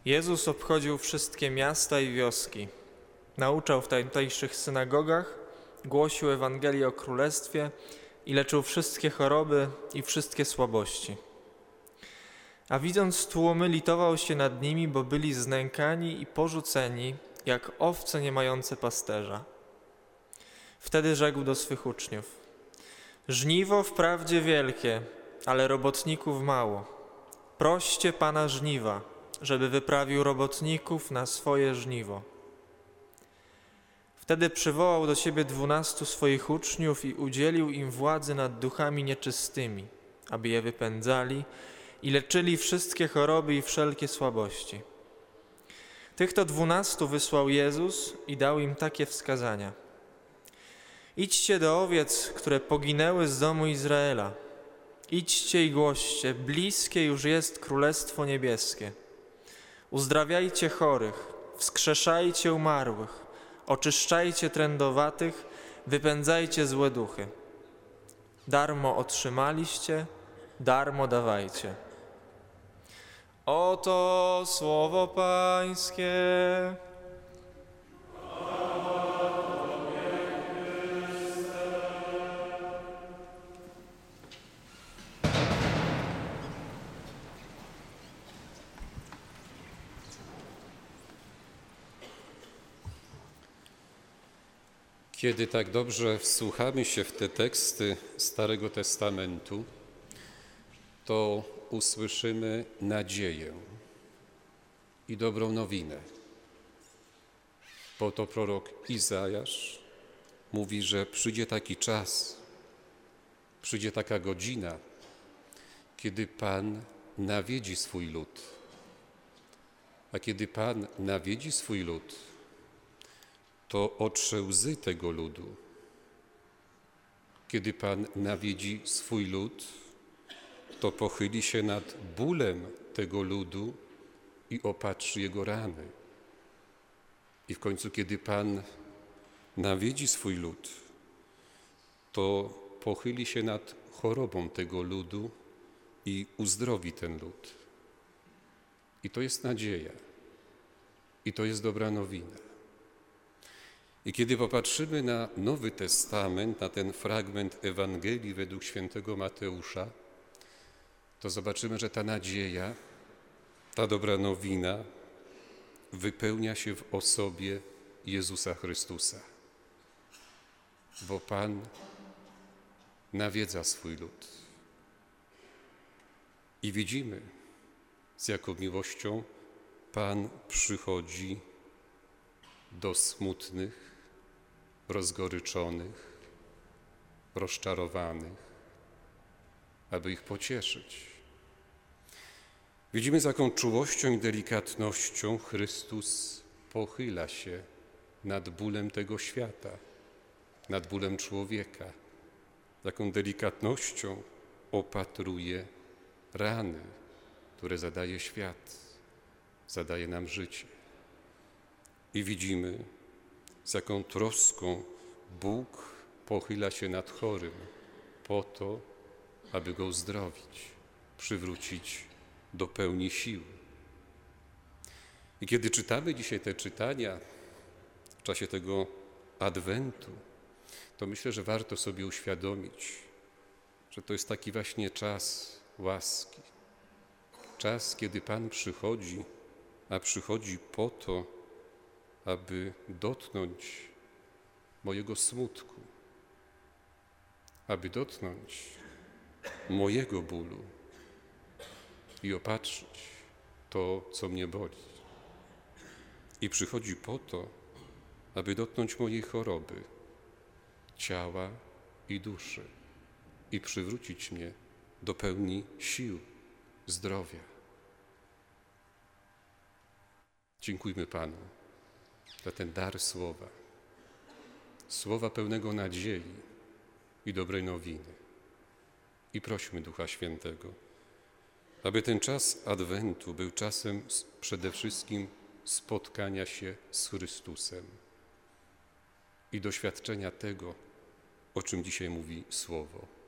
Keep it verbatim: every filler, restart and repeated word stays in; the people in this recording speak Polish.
Jezus obchodził wszystkie miasta i wioski. Nauczał w tamtejszych synagogach, głosił Ewangelię o Królestwie i leczył wszystkie choroby i wszystkie słabości. A widząc tłumy, litował się nad nimi, bo byli znękani i porzuceni, jak owce nie mające pasterza. Wtedy rzekł do swych uczniów: żniwo wprawdzie wielkie, ale robotników mało. Proście Pana żniwa, żeby wyprawił robotników na swoje żniwo. Wtedy przywołał do siebie dwunastu swoich uczniów i udzielił im władzy nad duchami nieczystymi, aby je wypędzali i leczyli wszystkie choroby i wszelkie słabości. Tych to dwunastu wysłał Jezus i dał im takie wskazania: idźcie do owiec, które poginęły z domu Izraela. Idźcie i głoście, bliskie już jest Królestwo Niebieskie. Uzdrawiajcie chorych, wskrzeszajcie umarłych, oczyszczajcie trędowatych, wypędzajcie złe duchy. Darmo otrzymaliście, darmo dawajcie. Oto słowo Pańskie. Kiedy tak dobrze wsłuchamy się w te teksty Starego Testamentu, to usłyszymy nadzieję i dobrą nowinę. Bo to prorok Izajasz mówi, że przyjdzie taki czas, przyjdzie taka godzina, kiedy Pan nawiedzi swój lud. A kiedy Pan nawiedzi swój lud, to otrze łzy tego ludu. Kiedy Pan nawiedzi swój lud, to pochyli się nad bólem tego ludu i opatrzy jego rany. I w końcu, kiedy Pan nawiedzi swój lud, to pochyli się nad chorobą tego ludu i uzdrowi ten lud. I to jest nadzieja. I to jest dobra nowina. I kiedy popatrzymy na Nowy Testament, na ten fragment Ewangelii według świętego Mateusza, to zobaczymy, że ta nadzieja, ta dobra nowina wypełnia się w osobie Jezusa Chrystusa. Bo Pan nawiedza swój lud. I widzimy, z jaką miłością Pan przychodzi do smutnych, rozgoryczonych, rozczarowanych, aby ich pocieszyć. Widzimy, z jaką czułością i delikatnością Chrystus pochyla się nad bólem tego świata, nad bólem człowieka, z jaką delikatnością opatruje rany, które zadaje świat, zadaje nam życie. I widzimy, z jaką troską Bóg pochyla się nad chorym po to, aby go uzdrowić, przywrócić do pełni sił. I kiedy czytamy dzisiaj te czytania w czasie tego Adwentu, to myślę, że warto sobie uświadomić, że to jest taki właśnie czas łaski. Czas, kiedy Pan przychodzi, a przychodzi po to, aby dotknąć mojego smutku, aby dotknąć mojego bólu i opatrzyć to, co mnie boli. I przychodzi po to, aby dotknąć mojej choroby, ciała i duszy i przywrócić mnie do pełni sił, zdrowia. Dziękujmy Panu za ten dar słowa, słowa pełnego nadziei i dobrej nowiny. I prośmy Ducha Świętego, aby ten czas Adwentu był czasem przede wszystkim spotkania się z Chrystusem i doświadczenia tego, o czym dzisiaj mówi Słowo.